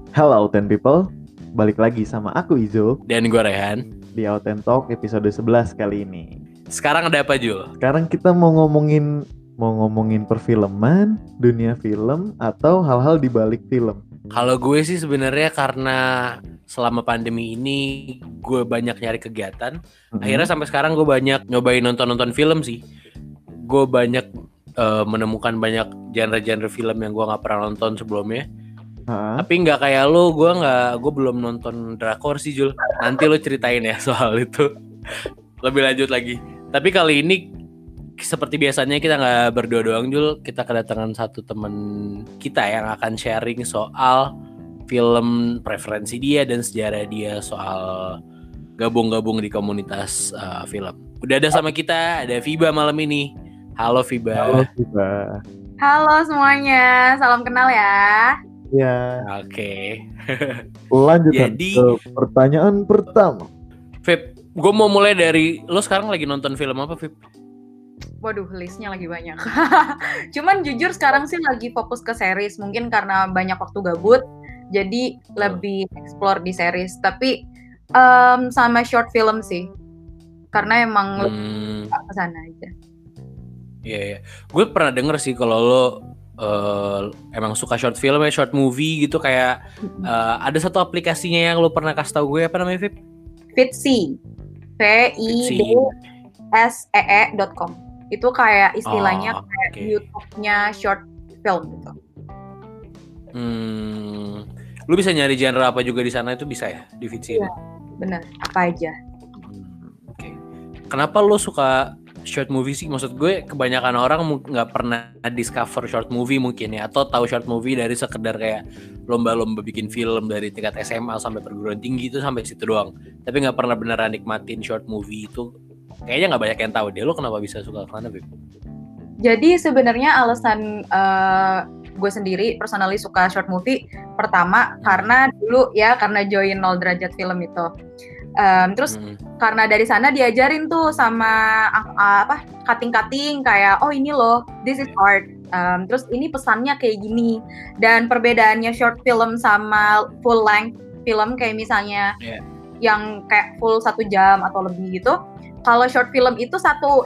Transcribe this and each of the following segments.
Hello Auten People, balik lagi sama aku Izo Dan gue Rehan. di Auten Talk episode 11 kali ini. Sekarang ada apa, Jul? Sekarang kita mau ngomongin perfilman, dunia film, atau hal-hal di balik film. Kalau gue sih sebenarnya karena selama pandemi ini gue banyak nyari kegiatan. Akhirnya sampai sekarang gue banyak nyobain nonton-nonton film sih. Gue banyak menemukan banyak genre-genre film yang gue nggak pernah nonton sebelumnya. Tapi nggak kayak lo, gue belum nonton drakor sih, Jul. Nanti lo ceritain ya soal itu lebih lanjut lagi. Tapi kali ini seperti biasanya kita nggak berdua doang, Jul. Kita kedatangan satu teman kita yang akan sharing soal film preferensi dia dan sejarah dia soal gabung-gabung di komunitas film. Udah ada sama kita, ada Viba malam ini. Halo Viba. Halo Viba. Halo semuanya, salam kenal ya. Ya. Oke. Lanjutan ke pertanyaan pertama. Vib, gue mau mulai dari lo sekarang lagi nonton film apa, Vib? Waduh, listnya lagi banyak. Cuman jujur sekarang sih lagi fokus ke series, mungkin karena banyak waktu gabut, jadi lebih explore di series. Tapi sama short film sih, karena emang lebih ke sana aja. Iya. Gue pernah denger sih kalau lo emang suka short film ya, short movie gitu, kayak ada satu aplikasinya yang lo pernah kasih tau gue, apa namanya, Vib? Vidsee, vidsee.com. Itu kayak istilahnya kayak YouTube-nya short film gitu. Lu bisa nyari genre apa juga di sana, itu bisa ya di Vidsee? Iya, bener, apa aja. Oke. Kenapa lo suka short movie sih? Maksud gue kebanyakan orang nggak pernah discover short movie mungkin ya, atau tahu short movie dari sekedar kayak lomba-lomba bikin film dari tingkat SMA sampai perguruan tinggi itu sampai situ doang, tapi nggak pernah beneran nikmatin short movie itu. Kayaknya nggak banyak yang tahu deh. Lo kenapa bisa suka ke Beb? Jadi sebenarnya alasan gue sendiri personally suka short movie, pertama karena dulu ya karena join 0 derajat film itu. Terus karena dari sana diajarin tuh sama cutting kayak oh ini loh, this is art. Terus ini pesannya kayak gini. Dan perbedaannya short film sama full length film kayak misalnya yang kayak full 1 jam atau lebih gitu. Kalau short film itu satu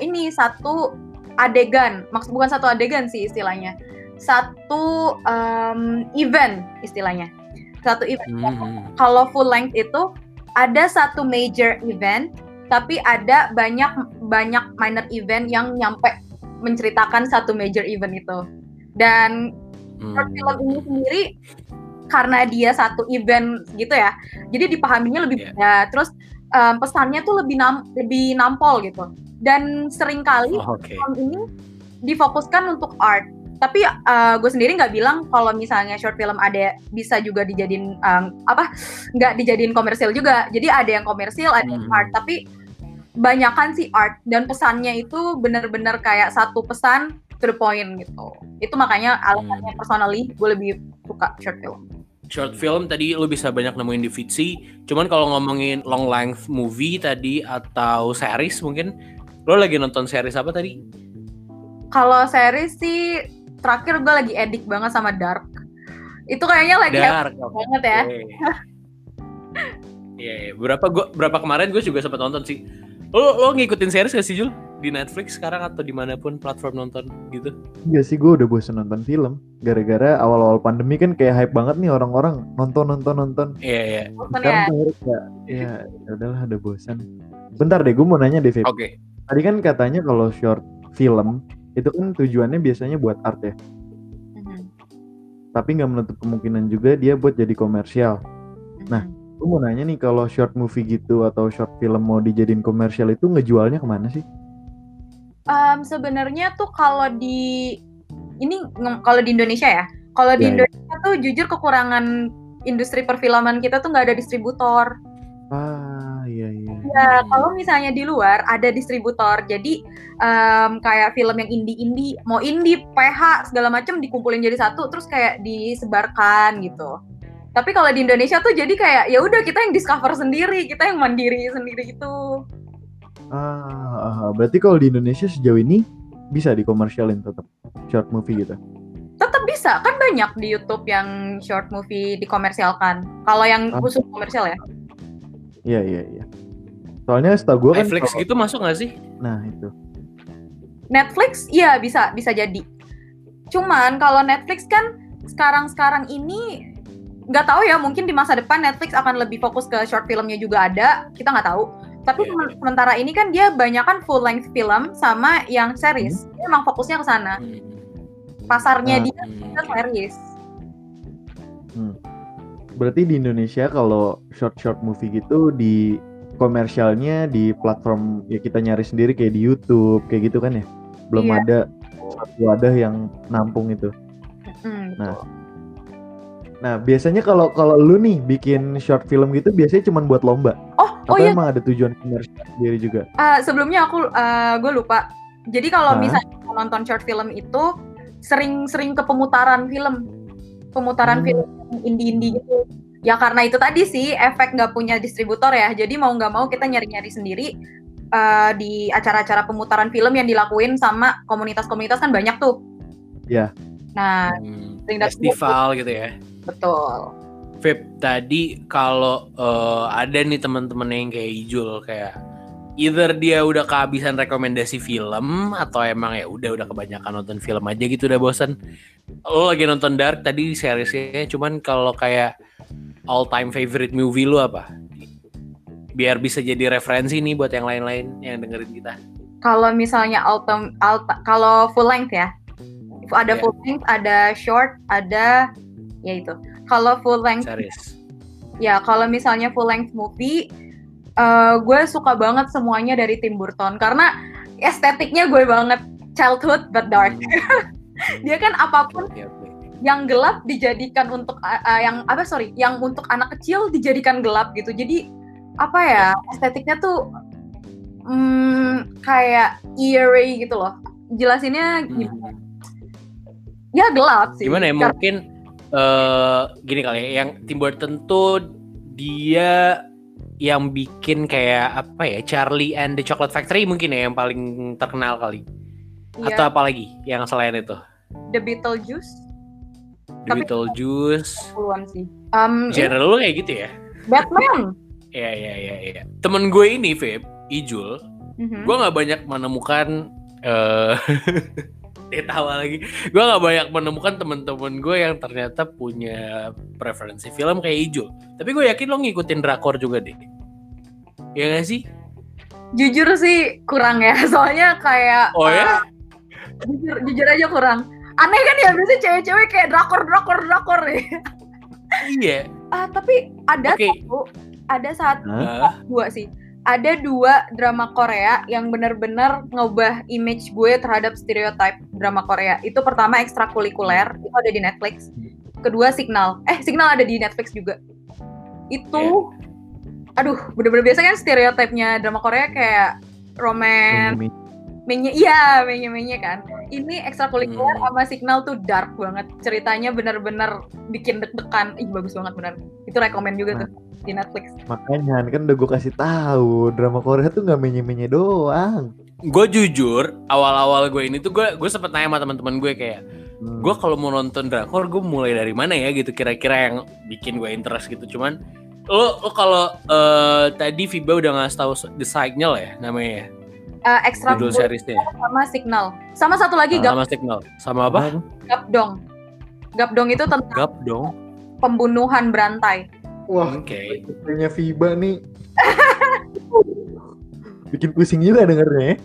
adegan, bukan satu adegan sih istilahnya, satu event istilahnya, satu event. Kalau full length itu ada satu major event, tapi ada banyak minor event yang nyampe menceritakan satu major event itu. Dan short film ini sendiri karena dia satu event gitu ya, jadi dipahaminya lebih mudah. Terus pesannya tuh lebih nampol gitu. Dan seringkali film ini difokuskan untuk art. Tapi gue sendiri nggak bilang kalau misalnya short film ada bisa juga dijadiin nggak dijadiin komersil juga. Jadi ada yang komersil, ada yang art. Tapi banyakan sih art, dan pesannya itu benar-benar kayak satu pesan to the point gitu. Itu makanya alasannya personally gue lebih suka short film. Short film tadi lo bisa banyak nemuin di Vidsee. Cuman kalau ngomongin long length movie tadi atau series, mungkin lo lagi nonton series apa tadi? Kalau series sih terakhir gue lagi edik banget sama Dark. Itu kayaknya lagi banget ya. Iya. Berapa kemarin gue juga sempat nonton sih. Lo ngikutin series gak sih, Jul? Di Netflix sekarang atau dimanapun platform nonton gitu? Iya sih, gue udah bosan nonton film. Gara-gara awal-awal pandemi kan kayak hype banget nih orang-orang nonton. Iya. Sekarang ya udahlah, udah bosan. Bentar deh, gue mau nanya deh, Vip. Oke. Tadi kan katanya kalau short film itu kan tujuannya biasanya buat art ya. Tapi nggak menutup kemungkinan juga dia buat jadi komersial. Nah, gue mau nanya nih, kalau short movie gitu atau short film mau dijadiin komersial itu ngejualnya kemana sih? Sebenarnya tuh kalau di Indonesia ya, kalau di Indonesia tuh jujur kekurangan industri perfilman kita tuh nggak ada distributor. Iya. Ya, kalau misalnya di luar ada distributor, jadi kayak film yang indie, mau indie, PH segala macam dikumpulin jadi satu, terus kayak disebarkan gitu. Tapi kalau di Indonesia tuh jadi kayak ya udah kita yang discover sendiri, kita yang mandiri sendiri gitu. Berarti kalau di Indonesia sejauh ini bisa dikomersialin tetap short movie gitu? Tetap bisa, kan banyak di YouTube yang short movie dikomersialkan. Kalau yang khusus komersial ya. Iya. Soalnya setahu gue kan Netflix gitu masuk nggak sih? Nah itu. Netflix, iya bisa jadi. Cuman kalau Netflix kan sekarang ini nggak tahu ya, mungkin di masa depan Netflix akan lebih fokus ke short filmnya juga ada, kita nggak tahu. Tapi sementara ini kan dia banyak kan full length film sama yang series. Dia emang fokusnya ke sana. Pasarnya dia series. Berarti di Indonesia kalau short movie gitu di komersialnya di platform ya kita nyari sendiri kayak di YouTube kayak gitu kan ya. Belum ada satu wadah yang nampung itu. Nah, biasanya kalau lu nih bikin short film gitu biasanya cuma buat lomba. Atau emang ada tujuan komersial sendiri juga? Sebelumnya gue lupa. Jadi kalau misalnya nonton short film itu sering ke pemutaran film indie gitu. Ya karena itu tadi sih efek nggak punya distributor ya. Jadi mau nggak mau kita nyari sendiri di acara-acara pemutaran film yang dilakuin sama komunitas-komunitas kan banyak tuh. Iya. Nah, festival gitu ya. Betul. Vip, tadi kalau ada nih teman-teman yang kayak Ijul kayak either dia udah kehabisan rekomendasi film atau emang ya udah kebanyakan nonton film aja gitu udah bosan. Lo lagi nonton Dark tadi seriesnya, cuman kalau kayak all time favorite movie lu apa? Biar bisa jadi referensi nih buat yang lain-lain yang dengerin kita. Kalau misalnya kalau full length ya. Ada full length, ada short, ada ya itu. Kalau full length series. Ya, kalau misalnya full length movie gue suka banget semuanya dari Tim Burton karena estetiknya gue banget childhood but dark. Dia kan apapun yang gelap dijadikan untuk yang untuk anak kecil dijadikan gelap gitu. Jadi apa ya, estetiknya tuh kayak eerie gitu loh. Jelasinnya gimana? Ya gelap sih. Gimana ya, mungkin gini kali ya, yang Tim Burton tuh dia yang bikin kayak apa ya, Charlie and the Chocolate Factory mungkin ya yang paling terkenal kali. Iya. Atau apa lagi yang selain itu? The Beetlejuice. Puluhan sih. Genre lu kayak gitu ya? Batman. Iya. Temen gue ini, Vip, Ijul, gue nggak banyak menemukan tawa lagi. Gue gak banyak menemukan teman-teman gue yang ternyata punya preferensi film kayak Ijul. Tapi gue yakin lo ngikutin drakor juga deh. Ya gak sih? Jujur sih kurang ya. Soalnya kayak jujur aja kurang. Aneh kan ya, biasanya cewek-cewek kayak drakor ya. Iya. Tapi ada dua drama Korea yang benar-benar ngubah image gue terhadap stereotype drama Korea. Itu pertama Ekstrakurikuler, itu ada di Netflix. Kedua Signal. Signal ada di Netflix juga. Itu bener-bener biasa kan stereotipnya drama Korea kayak romance. Menye kan. Ini Ekstrakurikuler sama Signal tuh dark banget. Ceritanya benar-benar bikin deg-degan. Bagus banget benar. Itu rekomen juga tuh di Netflix. Makanya kan udah gue kasih tahu drama Korea tuh nggak menye-menye doang. Gue jujur awal-awal gue ini tuh gue sempet nanya sama teman-teman gue kayak gue kalau mau nonton drakor gue mulai dari mana ya gitu kira-kira yang bikin gue interest gitu. Cuman lo kalau tadi Viba udah ngasih tahu The Signal ya namanya. Ekstrakurikuler sama Signal. Sama satu lagi sama Signal. Sama apa? Gapdong itu tentang pembunuhan berantai. Wah, kayaknya Viba nih bikin pusing juga dengernya.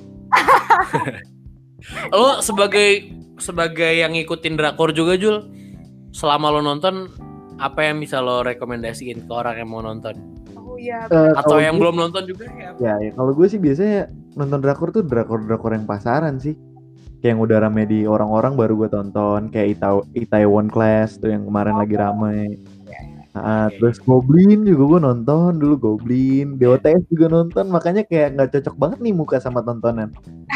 Lo sebagai yang ngikutin drakor juga, Jul, selama lo nonton apa yang bisa lo rekomendasiin ke orang yang mau nonton? Atau yang belum nonton juga ya? Ya kalau gue sih biasanya nonton drakor tuh drakor yang pasaran sih. Kayak yang udah rame di orang-orang baru gue tonton, kayak Itaewon Class tuh yang kemarin lagi rame. Terus Goblin juga gue nonton dulu, Goblin, DOTS juga nonton, makanya kayak nggak cocok banget nih muka sama tontonan.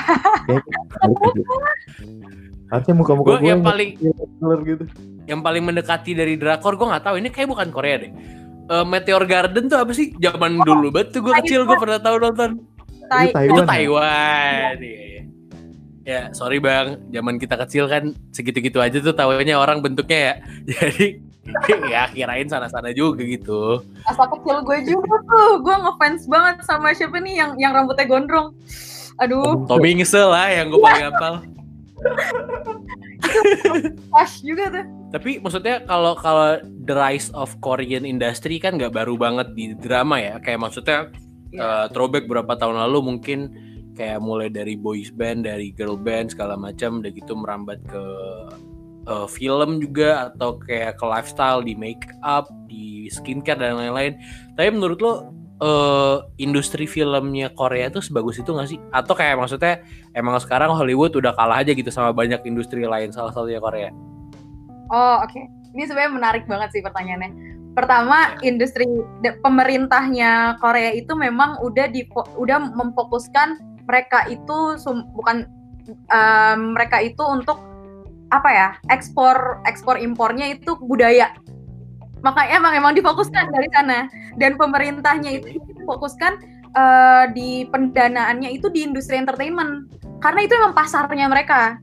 Harusnya muka-muka gue yang paling mendekati dari drakor gue nggak tahu, ini kayak bukan Korea deh. Meteor Garden tuh apa sih? Zaman dulu banget tuh gue kecil gue pernah tahu nonton. Itu Taiwan. Iya. Ya, sorry Bang, zaman kita kecil kan segitu-gitu aja tuh taunya orang bentuknya ya. Jadi ya kirain sana-sana juga gitu. Masa kecil gue juga tuh, gue ngefans banget sama siapa nih yang rambutnya gondrong. Aduh. Tommy Ngesel lah yang gue paling hafal. Pas juga tuh. Tapi maksudnya kalau the rise of Korean industry kan nggak baru banget di drama ya. Kayak maksudnya throwback berapa tahun lalu mungkin kayak mulai dari boys band, dari girl band segala macam, udah gitu merambat ke film juga atau kayak ke lifestyle di make up, di skincare dan lain-lain. Tapi menurut lo industri filmnya Korea tuh sebagus itu nggak sih? Atau kayak maksudnya emang sekarang Hollywood udah kalah aja gitu sama banyak industri lain, salah satunya Korea? Oh oke. Ini sebenarnya menarik banget sih pertanyaannya. Pertama, industri pemerintahnya Korea itu memang udah memfokuskan mereka itu mereka itu untuk apa ya, ekspor impornya itu budaya. Makanya emang difokuskan dari sana, dan pemerintahnya itu difokuskan di pendanaannya itu di industri entertainment karena itu emang pasarnya mereka.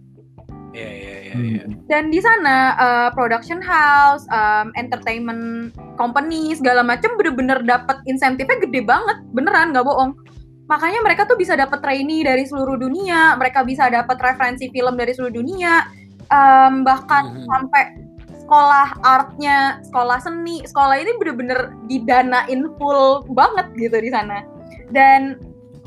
Dan di sana production house, entertainment company segala macam bener-bener dapat insentifnya gede banget, beneran nggak bohong. Makanya mereka tuh bisa dapat trainee dari seluruh dunia, mereka bisa dapat referensi film dari seluruh dunia, bahkan sampai sekolah artnya, sekolah seni, sekolah ini bener-bener didanain full banget gitu di sana. Dan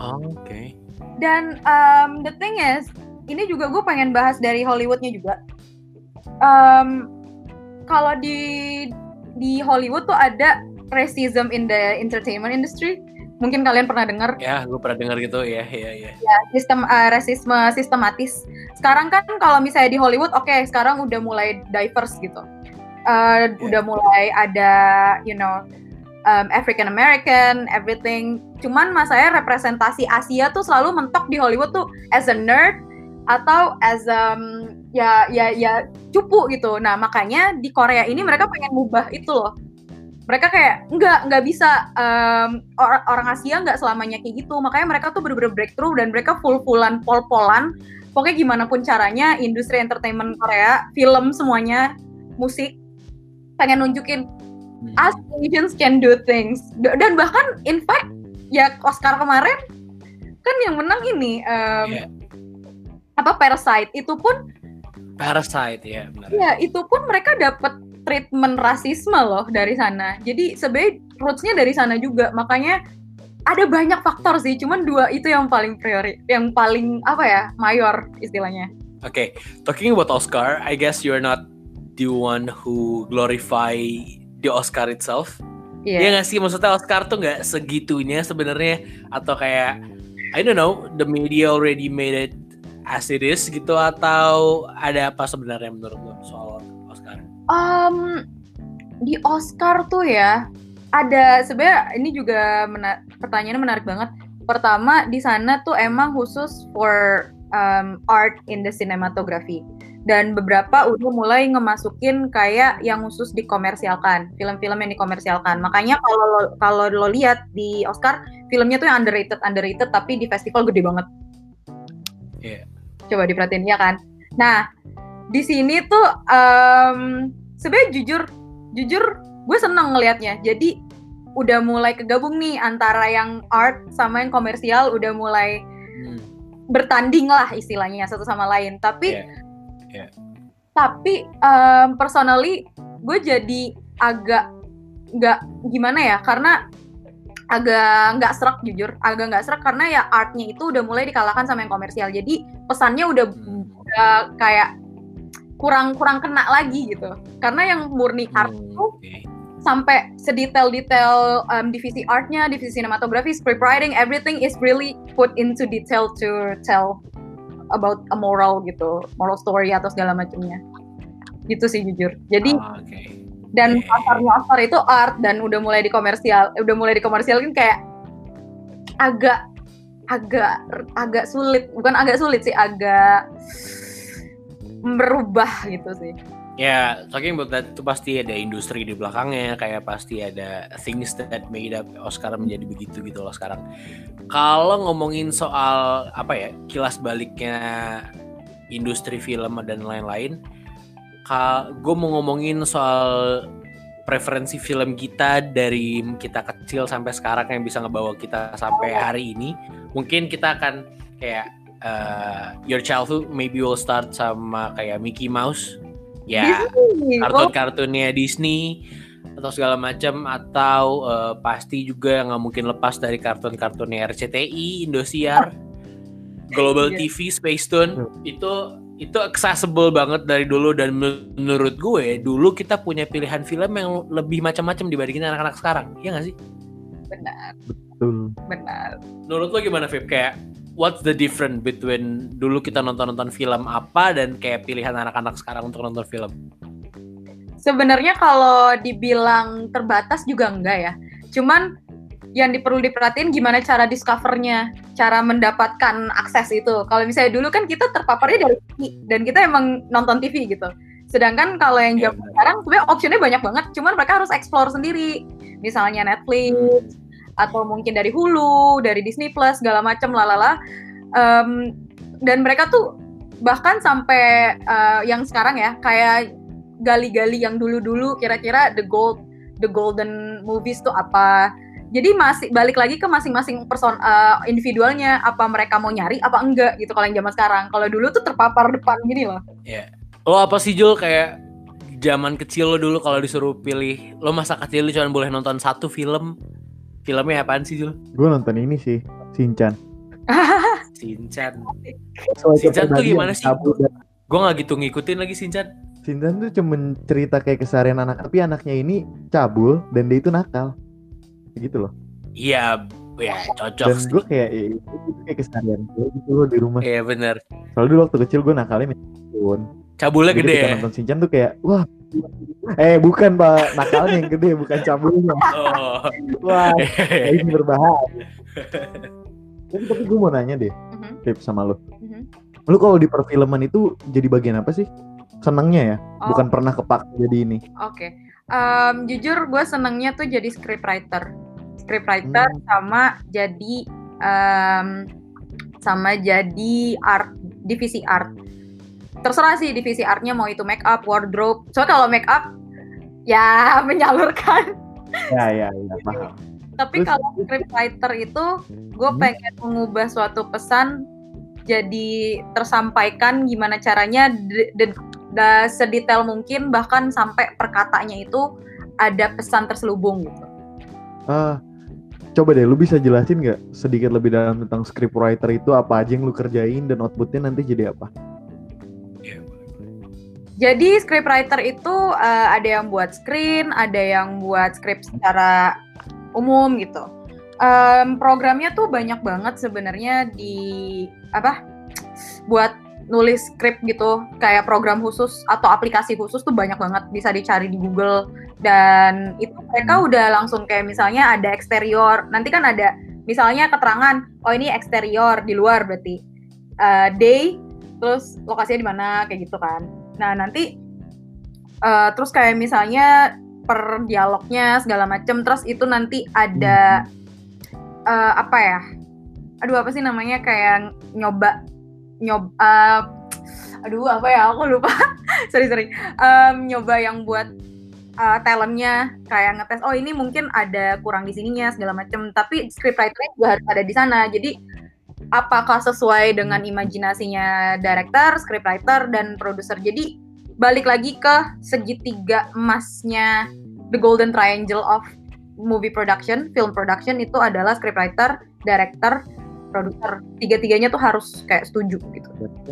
dan the thing is, ini juga gue pengen bahas dari Hollywoodnya juga. Kalau di Hollywood tuh ada racism in the entertainment industry. Mungkin kalian pernah dengar? Ya, gue pernah dengar gitu ya. Ya, sistem rasisme sistematis. Sekarang kan kalau misalnya di Hollywood, sekarang udah mulai diverse gitu. Udah mulai ada, African American, everything. Cuman masalahnya representasi Asia tuh selalu mentok di Hollywood tuh as a nerd atau as ya cupu gitu. Nah makanya di Korea ini mereka pengen mubah itu loh. Mereka kayak nggak bisa, orang Asia nggak selamanya kayak gitu. Makanya mereka tuh bener-bener breakthrough dan mereka full-fullan, pol-polan. Pokoknya gimana pun caranya industri entertainment Korea, film semuanya, musik, pengen nunjukin us Asians can do things. Dan bahkan in fact ya Oscar kemarin kan yang menang ini Parasite itu pun benar. Ya itu pun mereka dapat treatment rasisme loh dari sana. Jadi sebenarnya roots-nya dari sana juga. Makanya ada banyak faktor sih, cuman dua itu yang paling mayor istilahnya. Okay, talking about Oscar, I guess you're not the one who glorify the Oscar itself. Iya nggak sih, maksudnya Oscar tuh nggak segitunya sebenarnya, atau kayak I don't know, the media already made it as it is gitu, atau ada apa sebenarnya menurut lo soal Oscar? Di Oscar tuh ya ada sebenarnya ini juga pertanyaannya menarik banget. Pertama di sana tuh emang khusus for art in the cinematography, dan beberapa udah mulai ngemasukin kayak yang khusus dikomersialkan, film-film yang dikomersialkan. Makanya kalau lo lihat di Oscar filmnya tuh yang underrated tapi di festival gede banget. Coba diperhatiin ya kan. Nah di sini tuh sebenarnya jujur gue seneng ngelihatnya. Jadi udah mulai kegabung nih antara yang art sama yang komersial, udah mulai bertanding lah istilahnya satu sama lain. Tapi personally gue jadi agak nggak gimana ya, karena agak nggak serak karena ya artnya itu udah mulai dikalahkan sama yang komersial. Jadi pesannya udah kayak kurang kena lagi gitu. Karena yang murni art itu sampai sedetail-detail divisi artnya, divisi sinematografi, scriptwriting, everything is really put into detail to tell about a moral gitu, moral story atau segala macamnya. Gitu sih jujur. Jadi dan pasarnya Oscar itu art dan udah mulai dikomersialin kayak agak sulit, bukan agak sulit sih, agak merubah gitu sih. Ya, talking about that, itu pasti ada industri di belakangnya, kayak pasti ada things that made up Oscar menjadi begitu gitu loh sekarang. Kalau ngomongin soal apa ya, kilas baliknya industri film dan lain-lain, gue mau ngomongin soal preferensi film kita dari kita kecil sampai sekarang yang bisa ngebawa kita sampai hari ini. Mungkin kita akan kayak your childhood maybe will start sama kayak Mickey Mouse. Ya, kartun-kartunnya Disney atau segala macam, atau pasti juga nggak mungkin lepas dari kartun-kartunnya RCTI, Indosiar, Global TV, Space Tune. Itu accessible banget dari dulu, dan menurut gue dulu kita punya pilihan film yang lebih macam-macam dibandingin anak-anak sekarang, ya nggak sih? Benar. Betul. Benar. Menurut lo gimana, Vip? Kayak what's the difference between dulu kita nonton film apa dan kayak pilihan anak-anak sekarang untuk nonton film? Sebenarnya kalau dibilang terbatas juga enggak ya. Cuman yang perlu diperhatiin gimana cara discovernya, cara mendapatkan akses itu. Kalau misalnya dulu kan kita terpaparnya dari TV dan kita emang nonton TV gitu. Sedangkan kalau yang zaman sekarang sebenarnya optionnya banyak banget, cuman mereka harus explore sendiri. Misalnya Netflix, atau mungkin dari Hulu, dari Disney Plus, segala macam lalala. Dan mereka tuh bahkan sampai yang sekarang ya, kayak gali-gali yang dulu-dulu kira-kira the golden movies tuh apa. Jadi masih balik lagi ke masing-masing individualnya, apa mereka mau nyari apa enggak gitu kalau yang zaman sekarang. Kalau dulu tuh terpapar depan gini loh. Iya. Lo apa sih Jul, kayak zaman kecil lo dulu kalau disuruh pilih, lo masa kecil lo cuma boleh nonton satu film. Filmnya apaan sih, Jul? Gue nonton ini sih, Shinchan. Shinchan tuh gimana sih? Gue gak gitu ngikutin lagi Shinchan. Shinchan tuh cuma cerita kayak keseharian anak, tapi anaknya ini cabul dan dia itu nakal. Gitu loh. Iya, ya cocok. Dan gue kayak itu kayak keseharian gue gitu loh di rumah. Iya benar. Soalnya dulu waktu kecil gue nakalnya main cabulnya gede ya. Nonton Shinchan tuh kayak wah. Bukan Pak, nakalnya yang gede, bukan cabulnya. Oh. Wah, ini berbahaya. Tapi gue mau nanya deh, Pip, sama lo. Lu kalau di perfilman itu jadi bagian apa sih? Senangnya ya? Bukan pernah kepaksa jadi ini. Oke. Jujur gue senangnya tuh jadi scriptwriter sama jadi divisi art. Terserah sih divisi artnya mau itu make up, wardrobe. Soalnya kalau make up ya menyalurkan. Ya, paham. Tapi kalau scriptwriter itu gue pengen mengubah suatu pesan jadi tersampaikan gimana caranya sedetail mungkin, bahkan sampai perkataannya itu ada pesan terselubung gitu. Coba deh, lu bisa jelasin nggak sedikit lebih dalam tentang scriptwriter itu, apa aja yang lu kerjain dan outputnya nanti jadi apa? Jadi scriptwriter itu ada yang buat screen, ada yang buat script secara umum gitu. Programnya tuh banyak banget sebenarnya buat nulis script gitu, kayak program khusus atau aplikasi khusus tuh banyak banget, bisa dicari di Google. Dan itu mereka udah langsung kayak misalnya ada eksterior, nanti kan ada misalnya keterangan, oh ini eksterior di luar berarti day, terus lokasinya di mana kayak gitu kan. Nah nanti terus kayak misalnya per dialognya segala macem, terus itu nanti ada apa sih namanya, kayak nyoba aku lupa. sorry nyoba yang buat talentnya, kayak ngetes, oh ini mungkin ada kurang di sininya segala macem, tapi scriptwriter-nya juga harus ada di sana. Jadi apakah sesuai dengan imajinasinya director, scriptwriter, dan produser. Jadi balik lagi ke segitiga emasnya, the golden triangle of movie production, film production, itu adalah scriptwriter, director, produser. Tiga-tiganya tuh harus kayak setuju gitu.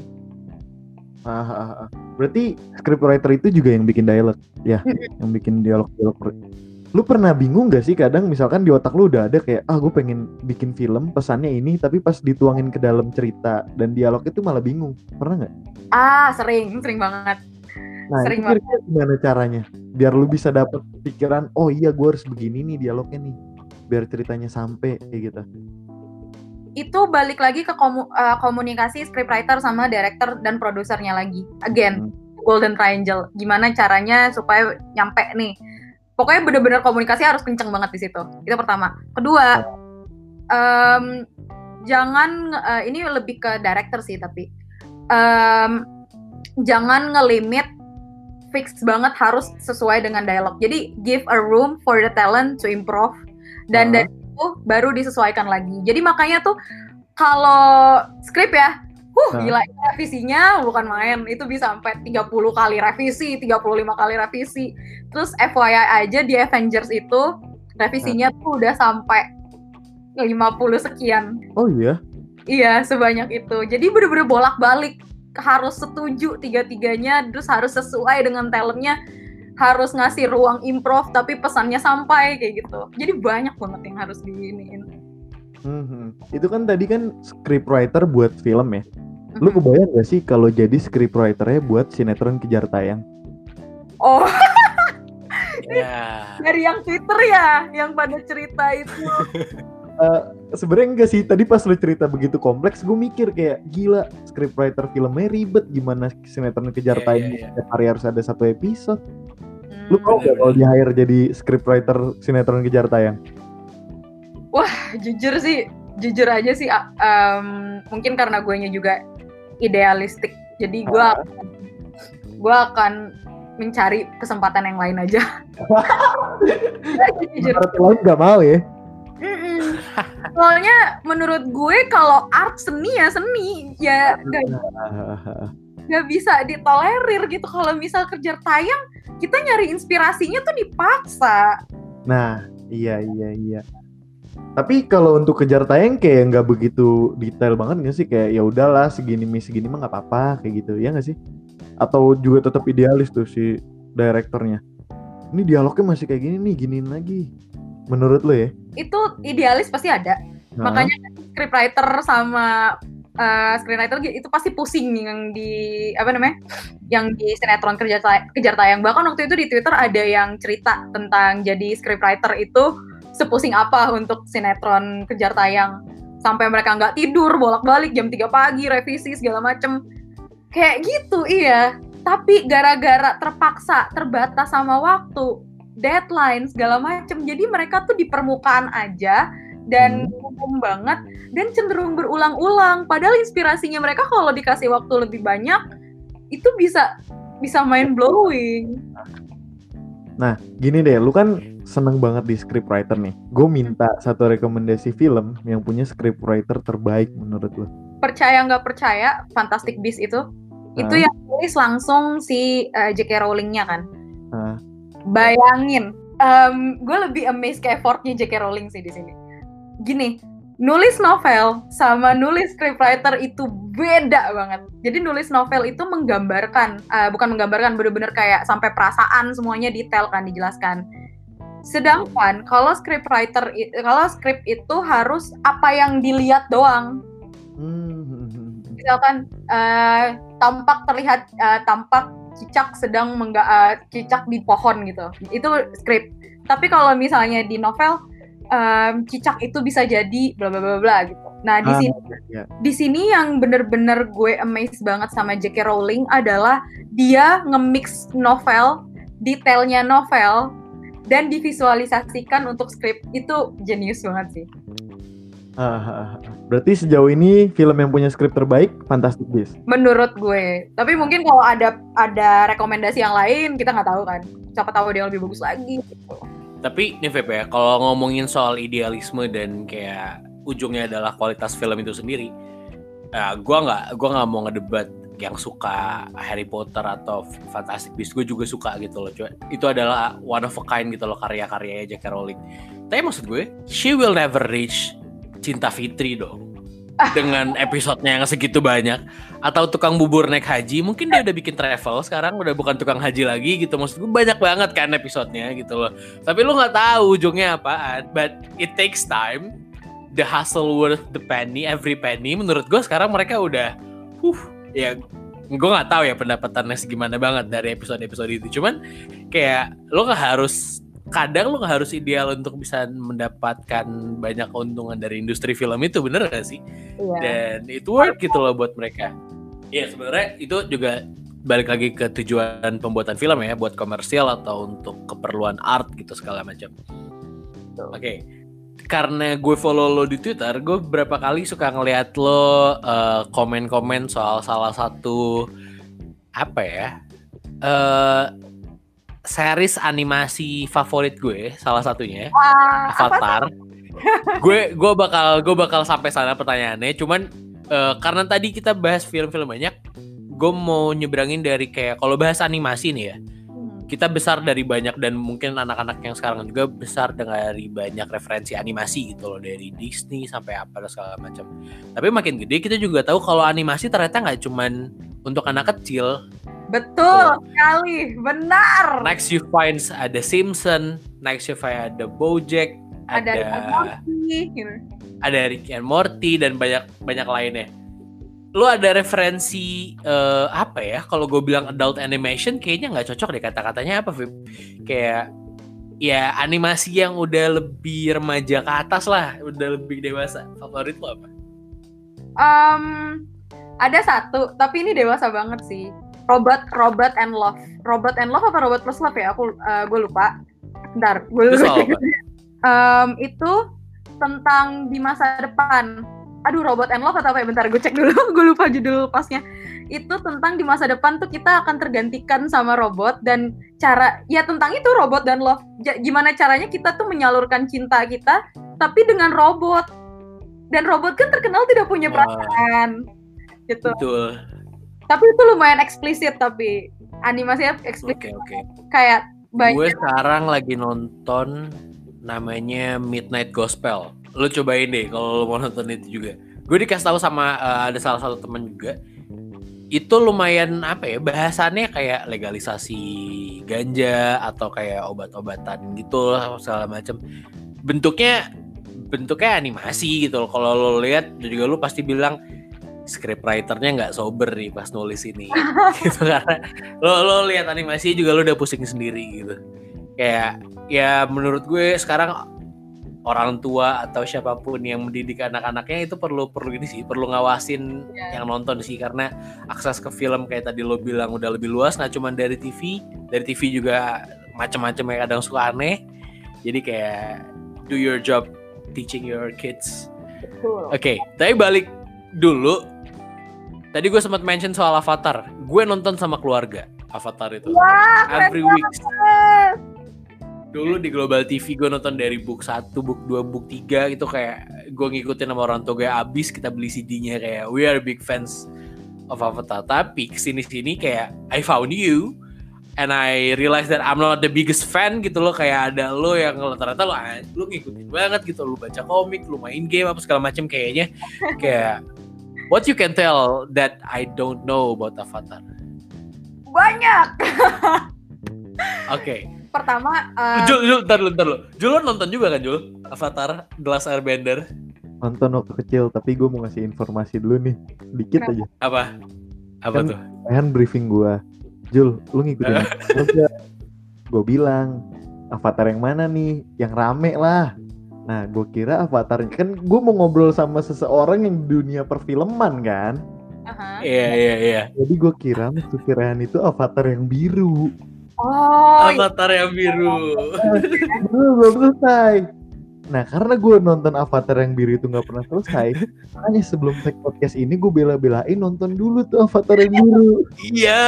Berarti scriptwriter itu juga yang bikin dialog ya, yang bikin dialog. Lu pernah bingung gak sih kadang misalkan di otak lu udah ada kayak gue pengen bikin film pesannya ini, tapi pas dituangin ke dalam cerita dan dialog itu malah bingung, pernah nggak? Sering banget. Nah, sering banget. Gimana caranya biar lu bisa dapet pikiran, oh iya gue harus begini nih dialognya nih, biar ceritanya sampai kayak gitu? Itu balik lagi ke komunikasi scriptwriter sama director dan produsernya lagi. Again, golden triangle. Gimana caranya supaya nyampe nih. Pokoknya bener-bener komunikasi harus kenceng banget di situ. Itu pertama. Kedua, jangan ini lebih ke director sih tapi jangan ngelimit fix banget harus sesuai dengan dialog. Jadi give a room for the talent to improve dan dari itu baru disesuaikan lagi. Jadi makanya tuh kalau skrip ya, gila revisinya bukan main. Itu bisa sampai 30 kali revisi, 35 kali revisi. Terus FYI aja di Avengers itu revisinya tuh udah sampai 50 sekian. Oh iya? Iya, sebanyak itu. Jadi bener-bener bolak-balik. Harus setuju tiga-tiganya, terus harus sesuai dengan talentnya, harus ngasih ruang improv, tapi pesannya sampai, kayak gitu. Jadi banyak banget yang harus diiniin. Itu kan tadi kan scriptwriter buat film ya. Lu kebayang gak sih kalau jadi scriptwriternya buat sinetron Kejar Tayang? Oh, Ya. dari yang Twitter ya, yang pada cerita itu. Sebenarnya enggak sih, tadi pas lu cerita begitu kompleks gue mikir kayak gila, scriptwriter filmnya ribet, gimana sinetron Kejar Tayang setiap hari harus ada 1 episode. Lu tau gak kalau di-hire jadi scriptwriter sinetron Kejar Tayang? Wah, jujur aja sih mungkin karena guenya juga idealistik, jadi gue akan mencari kesempatan yang lain aja. Jujur lain gak mau ya? Soalnya menurut gue kalau art seni ya gak bisa ditolerir gitu. Kalau misal Kejar Tayang kita nyari inspirasinya tuh dipaksa. Nah iya. Tapi kalau untuk Kejar Tayang kayak nggak begitu detail banget nggak sih, kayak ya udahlah segini mah nggak apa-apa kayak gitu ya nggak sih? Atau juga tetap idealis tuh si direkturnya? Ini dialognya masih kayak gini nih, giniin lagi. Menurut lo ya? Itu idealis pasti ada. Makanya scriptwriter sama screenwriter itu pasti pusing yang di yang di sinetron Kejar Tayang. Bahkan waktu itu di Twitter ada yang cerita tentang jadi scriptwriter itu sepusing apa untuk sinetron Kejar Tayang, sampai mereka nggak tidur bolak-balik jam 3 pagi revisi segala macem kayak gitu. Iya, tapi gara-gara terbatas sama waktu, deadline segala macem, jadi mereka tuh di permukaan aja dan umum banget dan cenderung berulang-ulang. Padahal inspirasinya mereka kalau dikasih waktu lebih banyak itu bisa mind blowing. Nah, gini deh, lu kan seneng banget di scriptwriter nih. Gue minta satu rekomendasi film yang punya scriptwriter terbaik menurut lu. Percaya nggak percaya, Fantastic Beasts itu yang tulis langsung si J.K. Rowling-nya kan. Bayangin, gue lebih amazed ke effortnya J.K. Rowling sih di sini. Gini, nulis novel sama nulis scriptwriter itu beda banget. Jadi nulis novel itu bukan menggambarkan, bener-bener kayak sampai perasaan semuanya detail kan dijelaskan. Sedangkan kalau script itu harus apa yang dilihat doang. Misalkan tampak cicak sedang cicak di pohon gitu. Itu script. Tapi kalau misalnya di novel cicak itu bisa jadi bla bla bla bla gitu. Nah, di sini yang bener-bener gue amazed banget sama J.K. Rowling adalah dia nge-mix novel, detailnya novel dan divisualisasikan untuk skrip. Itu jenius banget sih. Berarti sejauh ini film yang punya skrip terbaik Fantastic Beasts menurut gue. Tapi mungkin kalau ada rekomendasi yang lain kita nggak tahu kan. Siapa tahu dia lebih bagus lagi gitu. Tapi nih Feb ya, kalau ngomongin soal idealisme dan kayak ujungnya adalah kualitas film itu sendiri, gue nggak mau ngedebat yang suka Harry Potter atau Fantastic Beasts. Gue juga suka gitu loh, cuy. Itu adalah one of a kind gitu loh karya-karyanya J.K. Rowling. Tapi maksud gue, she will never reach Cinta Fitri dong. Dengan episodenya yang segitu banyak. Atau Tukang Bubur Naik Haji, mungkin dia udah bikin travel, sekarang udah bukan tukang haji lagi gitu. Maksud gue banyak banget kan episodenya gitu loh. Tapi lu gak tahu ujungnya apaan. But it takes time. The hustle worth the penny, every penny. Menurut gue sekarang mereka udah ya gue gak tahu ya pendapatannya segimana banget dari episode-episode itu. Cuman kayak lu gak harus, kadang lu gak harus ideal untuk bisa mendapatkan banyak keuntungan dari industri film itu, bener gak sih? Iya. Dan itu work gitu loh buat mereka. Iya sebenarnya itu juga balik lagi ke tujuan pembuatan film ya, buat komersial atau untuk keperluan art gitu segala macam. Oke. Karena gue follow lo di Twitter, gue beberapa kali suka ngeliat lo komen-komen soal salah satu series animasi favorit gue, salah satunya Avatar. gue bakal sampai sana pertanyaannya, cuman karena tadi kita bahas film-film banyak, gue mau nyebrangin dari kayak kalau bahas animasi nih ya, kita besar dari banyak, dan mungkin anak-anak yang sekarang juga besar dari banyak referensi animasi gitu loh, dari Disney sampai apa dan segala macam. Tapi makin gede kita juga tahu kalau animasi ternyata nggak cuman untuk anak kecil. Betul sekali, benar. Next you find ada Simpson, next you find ada BoJack, ada Rick and Morty dan banyak lainnya. Lu ada referensi kalau gue bilang adult animation kayaknya nggak cocok deh kata-katanya apa, Vip? Kayak ya animasi yang udah lebih remaja ke atas lah, udah lebih dewasa. Favorit lu apa? Ada satu, tapi ini dewasa banget sih. Robot and Love. Robot and Love apa Robot Plus Love ya? Gue lupa. Bentar, gue lupa. Itu tentang di masa depan. Aduh, Robot and Love atau apa ya? Bentar, gue cek dulu. Gue lupa judul pasnya. Itu tentang di masa depan tuh kita akan tergantikan sama robot, dan tentang itu robot dan love. Gimana caranya kita tuh menyalurkan cinta kita, tapi dengan robot. Dan robot kan terkenal tidak punya perasaan. Gitu. Betul. Tapi itu lumayan eksplisit, tapi animasinya eksplisit. Oke. Kayak banyak. Gue sekarang lagi nonton namanya Midnight Gospel. Lu cobain deh kalau lu mau nonton itu juga. Gue dikasih tahu sama ada salah satu teman juga. Itu lumayan bahasannya kayak legalisasi ganja atau kayak obat-obatan gitu segala macam. Bentuknya animasi gitu loh. Kalau lo lihat juga lu pasti bilang scriptwriternya nggak sober nih pas nulis ini. Gitu, karena lo lihat animasinya juga lo udah pusing sendiri gitu. Kayak ya menurut gue sekarang orang tua atau siapapun yang mendidik anak-anaknya itu perlu ngawasin yang nonton sih, karena akses ke film kayak tadi lo bilang udah lebih luas, nggak cuma dari TV juga macam-macam yang kadang suka aneh. Jadi kayak do your job teaching your kids. Oke, tapi balik dulu. Tadi gue sempat mention soal Avatar. Gue nonton sama keluarga Avatar itu. Wah, every week. Dulu di Global TV gue nonton dari book 1, book 2, book 3 gitu, kayak gue ngikutin sama orang tua gue abis, kita beli CD-nya, kayak we are big fans of Avatar. Tapi kesini-sini kayak I found you and I realized that I'm not the biggest fan gitu loh. Kayak ada lo yang ternyata lo ngikutin banget gitu, lo baca komik, lo main game apa segala macam, kayaknya kayak what you can tell that I don't know about Avatar? Banyak. Oke. Pertama, Jul, ntar lu. Jul nonton juga kan, Jul? Avatar, The Last Airbender. Nonton waktu kecil, tapi gue mau ngasih informasi dulu nih, dikit aja. Apa kan, tuh? Kan briefing gue, Jul, lu ngikutin aja. Gue bilang, Avatar yang mana nih? Yang rame lah. Nah, gue kira Avatar, kan gue mau ngobrol sama seseorang yang di dunia perfilman kan. Iya. Jadi gue kira Mas Firhan itu Avatar yang biru. Oh, Avatar yang biru. Belum selesai. Nah, karena gue nonton Avatar yang biru itu gak pernah selesai, makanya sebelum take podcast ini gue bela-belain nonton dulu tuh Avatar yang biru. Iya.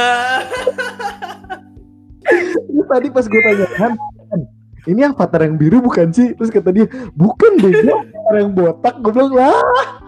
Terus tadi pas gue tanya kan, ini Avatar yang biru bukan sih? Terus kata dia, bukan deh, Avatar yang botak. Gue bilang, lah.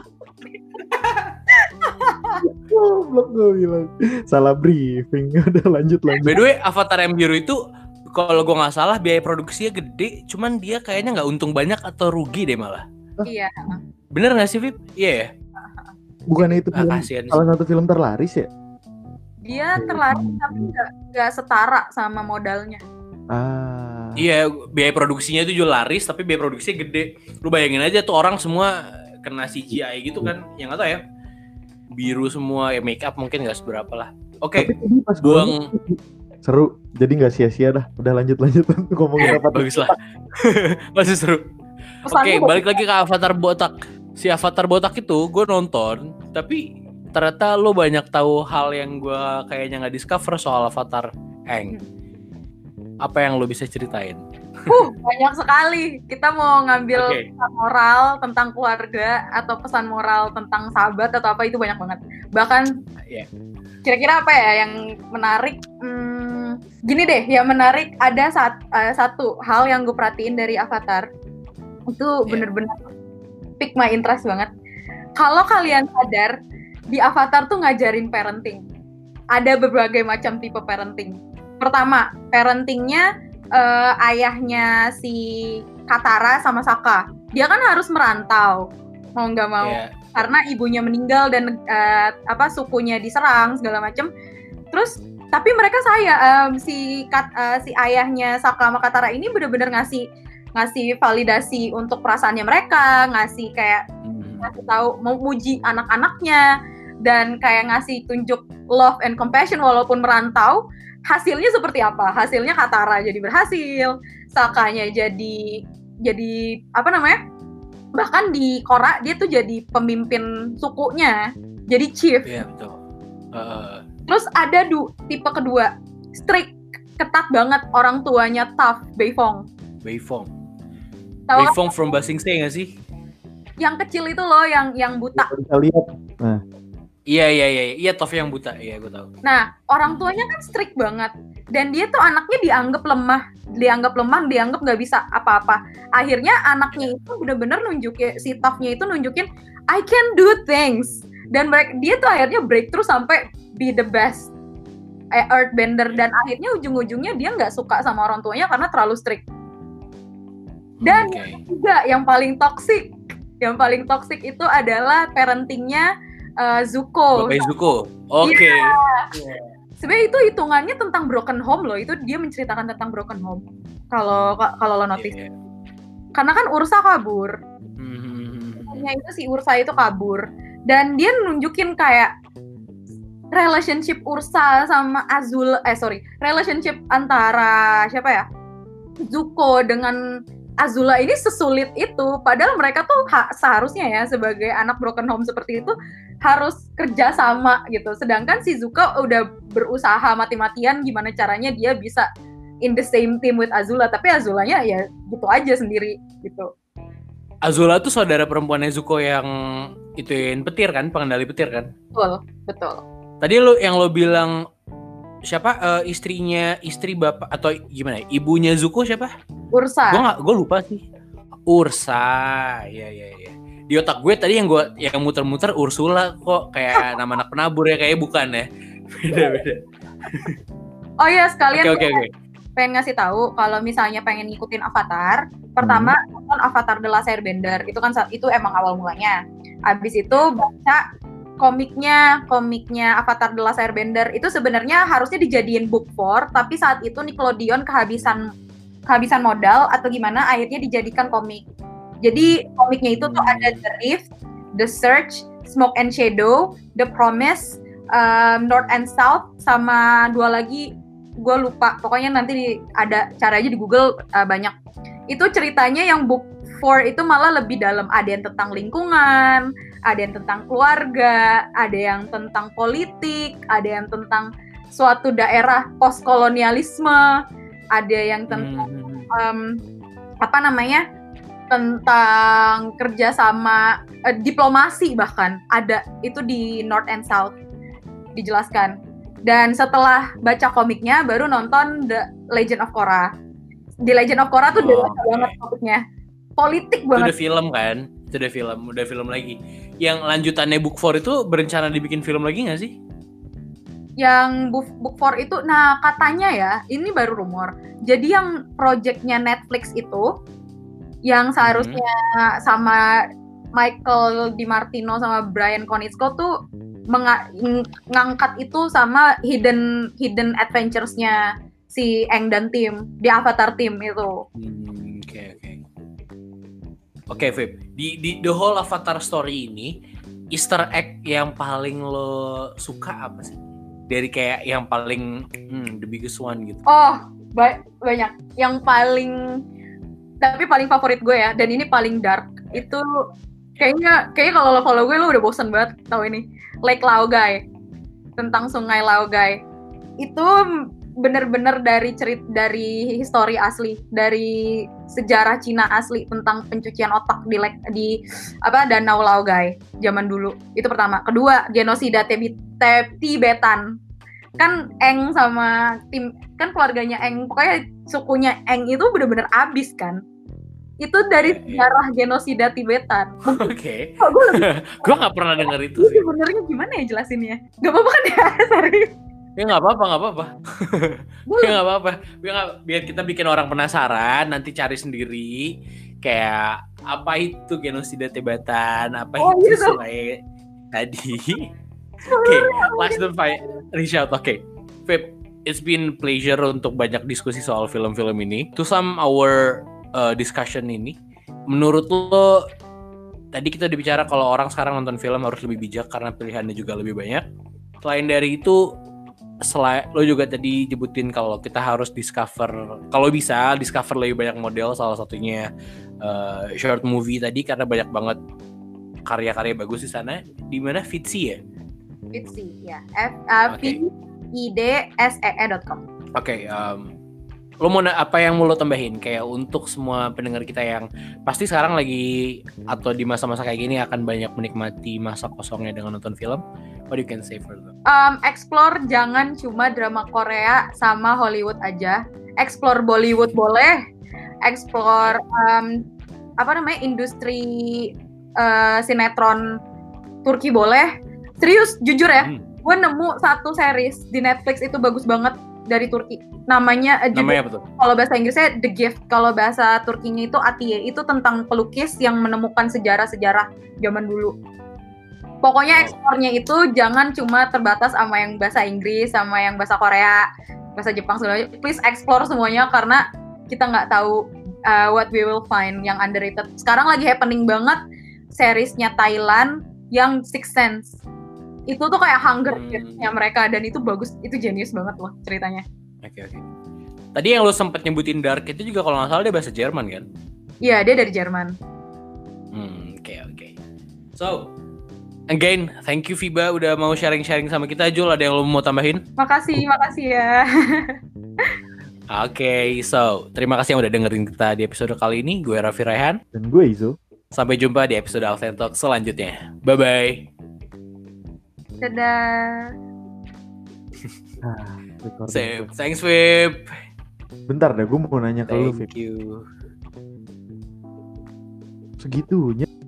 Goblok, gue bilang. Salah briefing. Udah lanjut. By the way, Avatar yang biru itu kalau gue nggak salah biaya produksinya gede, cuman dia kayaknya nggak untung banyak atau rugi deh malah. Iya. Bener nggak sih, Vip? Iya ya. Bukannya itu salah satu film terlaris ya? Dia terlaris tapi nggak setara sama modalnya. Iya, biaya produksinya itu juga laris, tapi biaya produksinya gede. Lu bayangin aja tuh orang semua kena CGI gitu kan, yang nggak tahu ya. Biru semua, ya make up mungkin nggak seberapa lah. Oke, buang. Seru, jadi nggak sia-sia dah. Udah lanjut ngomongin apa? Bagus lah, masih seru. Oke, balik lagi ke Avatar botak. Si Avatar botak itu gue nonton, tapi ternyata lo banyak tahu hal yang gue kayaknya nggak discover soal Avatar, Eng. Apa yang lo bisa ceritain? Banyak sekali. Kita mau ngambil pesan moral tentang keluarga atau pesan moral tentang sahabat atau apa, itu banyak banget. Bahkan kira-kira apa ya yang menarik? Gini deh, yang menarik ada satu hal yang gue perhatiin dari Avatar. Itu bener-bener pick my interest banget. Kalau kalian sadar, di Avatar tuh ngajarin parenting. Ada berbagai macam tipe parenting. Pertama, parentingnya ayahnya si Katara sama Sokka. Dia kan harus merantau, mau nggak mau, karena ibunya meninggal dan sukunya diserang segala macam. Terus tapi mereka si ayahnya Sokka sama Katara ini benar-benar ngasih validasi untuk perasaannya mereka, ngasih tahu, mau muji anak-anaknya, dan kayak ngasih tunjuk love and compassion walaupun merantau. Hasilnya seperti apa? Hasilnya Katara jadi berhasil, Sokkanya jadi bahkan di Korra dia tuh jadi pemimpin sukunya, jadi chief. Iya, betul. Terus ada tipe kedua, strict, ketat banget, orang tuanya tough, Beifong. Beifong from Ba Sing Se nggak sih? Yang kecil itu loh, yang buta. Bisa lihat. Nah. Iya, Toph yang buta. Iya, gue tahu. Nah, orang tuanya kan strict banget, dan dia tuh anaknya dianggap lemah, dianggap nggak bisa apa-apa. Akhirnya anaknya itu benar-benar nunjukin, si Tophnya itu nunjukin I can do things, dan dia tuh akhirnya breakthrough sampai be the best earthbender, dan akhirnya ujung-ujungnya dia nggak suka sama orang tuanya karena terlalu strict. Dan juga yang paling toxic itu adalah parentingnya Zuko. Bapak Zuko. Oke. Sebenarnya itu hitungannya tentang broken home loh. Itu dia menceritakan tentang broken home. Kalau lo notice. Karena kan Ursa kabur. Itu si Ursa itu kabur, dan dia nunjukin kayak relationship Ursa sama relationship antara siapa ya? Zuko dengan Azula ini sesulit itu, padahal mereka tuh seharusnya ya sebagai anak broken home seperti itu harus kerja sama gitu. Sedangkan si Zuko udah berusaha mati-matian gimana caranya dia bisa in the same team with Azula, tapi Azulanya ya gitu aja sendiri gitu. Azula tuh saudara perempuannya Zuko yang ituin petir kan, pengendali petir kan? Betul. Tadi yang lo bilang siapa istri bapak atau gimana? Ibunya Zuko siapa? Ursa. Gue lupa sih. Ursa. Iya. Di otak gue tadi yang muter-muter Ursula, kok kayak nama anak penabur ya, kayaknya bukan ya. Beda. Oh iya, sekalian Oke. pengen ngasih tahu kalau misalnya pengen ngikutin Avatar, pertama nonton Avatar The Last Airbender. Itu emang awal mulanya. Abis itu baca komiknya Avatar The Last Airbender. Itu sebenarnya harusnya dijadiin book 4, tapi saat itu Nickelodeon kehabisan modal atau gimana, akhirnya dijadikan komik. Jadi komiknya itu tuh ada The Rift, The Search, Smoke and Shadow, The Promise, North and South, sama 2 lagi gue lupa. Pokoknya nanti ada caranya di Google, banyak. Itu ceritanya yang book 4 itu malah lebih dalam. Ada yang tentang lingkungan, ada yang tentang keluarga, ada yang tentang politik, ada yang tentang suatu daerah postkolonialisme, ada yang tentang tentang kerjasama, diplomasi, bahkan ada itu di North and South dijelaskan. Dan setelah baca komiknya baru nonton The Legend of Korra. The Legend of Korra tuh dewasa banget topiknya, politik banget. Itu udah film kan? Itu udah film lagi. Yang lanjutannya book 4 itu berencana dibikin film lagi nggak sih? Yang book 4 itu, nah katanya ya, ini baru rumor. Jadi yang projectnya Netflix itu, yang seharusnya sama Michael DiMartino sama Bryan Konietzko tuh ngangkat itu sama hidden adventures-nya si Aang dan tim di Avatar tim itu. Oke, Vip. Di the whole Avatar story ini, Easter egg yang paling lo suka apa sih? Dari kayak yang paling the biggest one gitu. Oh, banyak. Yang paling favorit gue ya, dan ini paling dark, itu Kayaknya kalau lo follow gue lo udah bosen banget tahu ini. Lake Laogai. Tentang Sungai Laogai. Itu bener-bener dari histori asli, dari sejarah Cina asli tentang pencucian otak di Danau Laogai zaman dulu. Itu pertama. Kedua, genosida Tibetan. Kan Eng sama kan keluarganya Eng, pokoknya sukunya Eng itu bener-bener abis kan. Itu dari sejarah genosida Tibetan. Oke. Gue nggak pernah denger itu sih. Sebenarnya gimana ya jelasinnya? Gak apa-apa kan ya, serius. Ya nggak apa-apa. Ya nggak apa-apa. Biar kita bikin orang penasaran, nanti cari sendiri. Kayak apa itu genosida Tibetan, apa itu gitu. sungai tadi. Oke, last don't reach out. Oke, Feb, it's been pleasure untuk banyak diskusi soal film-film ini. To sum our discussion ini, menurut lo tadi kita udah bicara kalau orang sekarang nonton film harus lebih bijak karena pilihannya juga lebih banyak. Selain dari itu, lo juga tadi nyebutin kalau kita harus kalau bisa discover lebih banyak model, salah satunya short movie tadi karena banyak banget karya-karya bagus di sana. Di mana Vidse ya? Vidse ya. FIDSEE.com. Oke. Lo mau apa yang mau lo tambahin kayak untuk semua pendengar kita yang pasti sekarang lagi atau di masa-masa kayak gini akan banyak menikmati masa kosongnya dengan nonton film? What you can say for them? Explore jangan cuma drama Korea sama Hollywood aja. Explore Bollywood boleh. Explore industri sinetron Turki boleh. Serius, jujur ya, gue nemu satu series di Netflix itu bagus banget dari Turki. Namanya apa tuh? Kalau bahasa Inggrisnya The Gift, kalau bahasa Turkinya itu Atiye. Itu tentang pelukis yang menemukan sejarah-sejarah zaman dulu. Pokoknya eksplornya itu jangan cuma terbatas sama yang bahasa Inggris, sama yang bahasa Korea, bahasa Jepang semuanya. Please explore semuanya karena kita nggak tahu what we will find yang underrated. Sekarang lagi happening banget seriesnya Thailand yang Sixth Sense. Itu tuh kayak Hunger Games-nya mereka dan itu bagus, itu jenius banget loh ceritanya. Oke. Tadi yang lo sempet nyebutin Dark itu juga kalau nggak salah dia bahasa Jerman kan? Iya, dia dari Jerman. Oke. So, again, thank you Fiba udah mau sharing-sharing sama kita. Jul, ada yang lo mau tambahin? Makasih ya. Oke, so terima kasih yang udah dengerin kita di episode kali ini. Gue Raffi Raihan. Dan gue Izo. Sampai jumpa di episode Alten Talk selanjutnya. Bye-bye. Dadah. Sip. Thanks, Fib. Bentar deh, gue mau nanya ke lu, Fib. Thank you. Segitunya.